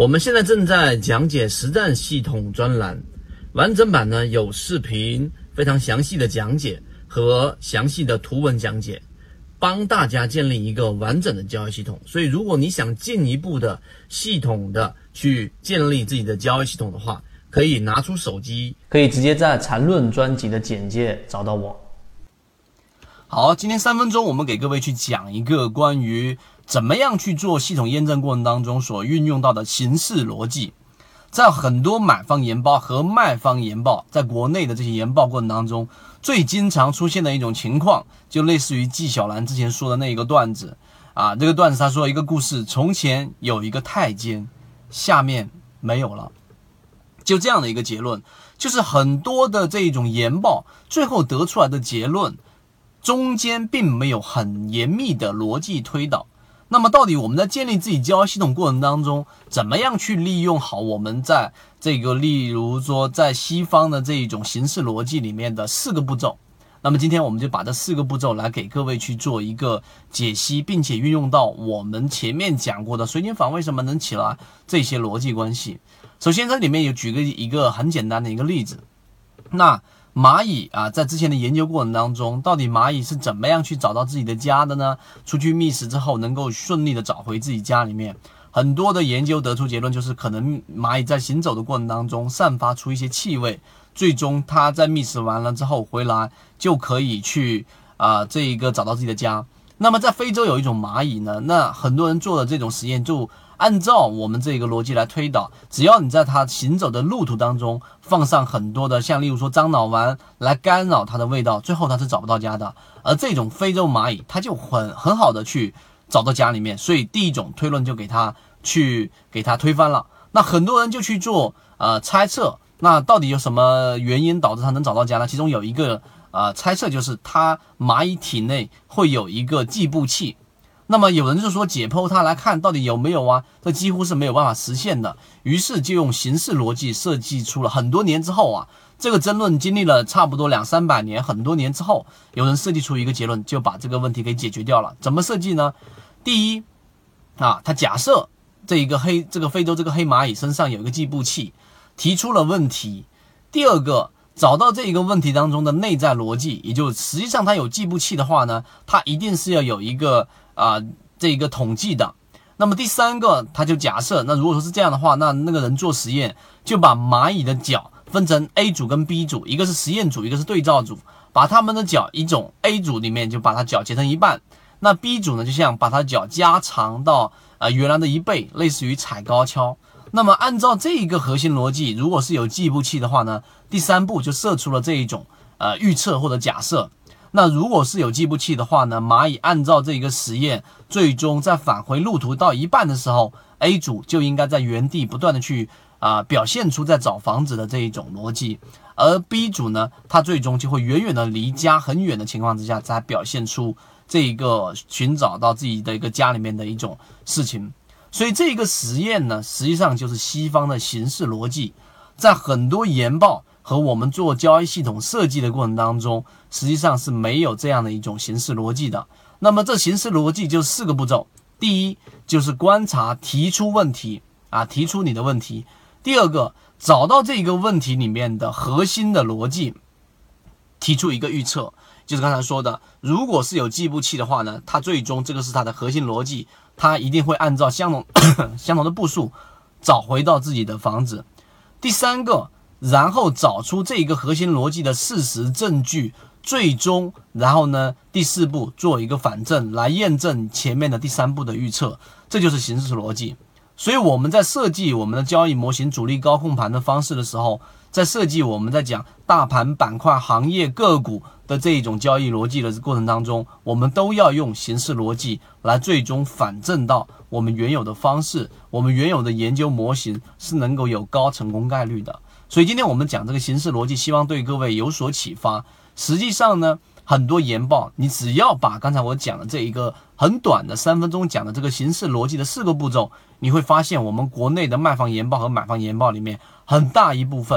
我们现在正在讲解实战系统专栏，完整版呢有视频非常详细的讲解和详细的图文讲解，帮大家建立一个完整的交易系统。所以如果你想进一步的系统的去建立自己的交易系统的话，可以拿出手机， 可以直接在缠论专辑的简介找到我。 好，今天3分钟我们给各位去讲一个关于怎么样去做系统验证过程当中所运用到的形式逻辑。在很多买方研报和卖方研报，在国内的这些研报过程当中，最经常出现的一种情况，就类似于纪晓岚之前说的那一个段子啊，这个段子他说一个故事，从前有一个太监，下面没有了，就这样的一个结论。就是很多的这种研报最后得出来的结论中间并没有很严密的逻辑推导。那么到底我们在建立自己交易系统过程当中，怎么样去利用好我们在这个例如说在西方的这一种形式逻辑里面的4个步骤？那么今天我们就把这4个步骤来给各位去做一个解析，并且运用到我们前面讲过的水井坊为什么能起来这些逻辑关系。首先这里面有举一个很简单的一个例子，那蚂蚁啊，在之前的研究过程当中，到底蚂蚁是怎么样去找到自己的家的呢？出去觅食之后能够顺利的找回自己家里面，很多的研究得出结论，就是可能蚂蚁在行走的过程当中散发出一些气味，最终它在觅食完了之后回来就可以去这一个找到自己的家。那么在非洲有一种蚂蚁呢，那很多人做的这种实验就按照我们这个逻辑来推导，只要你在它行走的路途当中放上很多的像例如说樟脑丸来干扰它的味道，最后它是找不到家的。而这种非洲蚂蚁它就很好的去找到家里面，所以第一种推论就给它推翻了。那很多人就去做猜测，那到底有什么原因导致它能找到家呢？其中有一个猜测就是它蚂蚁体内会有一个计步器。那么有人就说解剖它来看到底有没有啊，这几乎是没有办法实现的。于是就用形式逻辑设计出了很多年之后啊，这个争论经历了差不多200-300年，很多年之后，有人设计出一个结论，就把这个问题给解决掉了。怎么设计呢？第一他假设这个非洲这个黑蚂蚁身上有一个计步器，提出了问题。第二个，找到这一个问题当中的内在逻辑，也就实际上它有计步器的话呢，它一定是要有一个这个统计的。那么第三个，他就假设，那如果说是这样的话，那个人做实验就把蚂蚁的脚分成 A 组跟 B 组，一个是实验组，一个是对照组，把他们的脚一种 A 组里面就把它脚截成一半，那 B 组呢就像把它脚加长到原来的1倍，类似于踩高跷。那么按照这一个核心逻辑，如果是有计步器的话呢，第3步就设出了这一种预测或者假设。那如果是有计步器的话呢，蚂蚁按照这个实验，最终在返回路途到一半的时候， A 组就应该在原地不断的去表现出在找房子的这一种逻辑，而 B 组呢，它最终就会远远的离家很远的情况之下，才表现出这一个寻找到自己的一个家里面的一种事情。所以这个实验呢，实际上就是西方的形式逻辑，在很多研报和我们做交易系统设计的过程当中，实际上是没有这样的一种形式逻辑的。那么这形式逻辑就4个步骤，第一就是观察，提出问题提出你的问题。第二个，找到这个问题里面的核心的逻辑，提出一个预测，就是刚才说的，如果是有计步器的话呢，它最终这个是它的核心逻辑，它一定会按照相同的步数找回到自己的房子。第三个，然后找出这个核心逻辑的事实证据，最终然后呢第4步做一个反证来验证前面的第3步的预测，这就是形式逻辑。所以我们在设计我们的交易模型主力高控盘的方式的时候，在设计我们在讲大盘板块行业个股的这一种交易逻辑的过程当中，我们都要用形式逻辑来最终反证到我们原有的方式，我们原有的研究模型是能够有高成功概率的。所以今天我们讲这个形式逻辑，希望对各位有所启发。实际上呢，很多研报你只要把刚才我讲的这一个很短的3分钟讲的这个形式逻辑的4个步骤，你会发现我们国内的卖方研报和买方研报里面很大一部分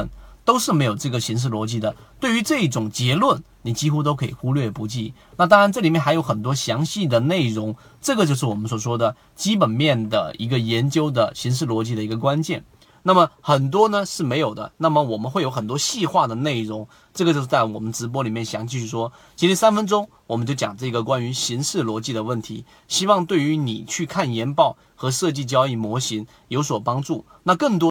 都是没有这个形式逻辑的。对于这种结论，你几乎都可以忽略不计。那当然，这里面还有很多详细的内容，这个就是我们所说的基本面的一个研究的形式逻辑的一个关键。那么很多呢是没有的，那么我们会有很多细化的内容，这个就是在我们直播里面详细去说。今天3分钟我们就讲这个关于形式逻辑的问题，希望对于你去看研报和设计交易模型有所帮助。那更多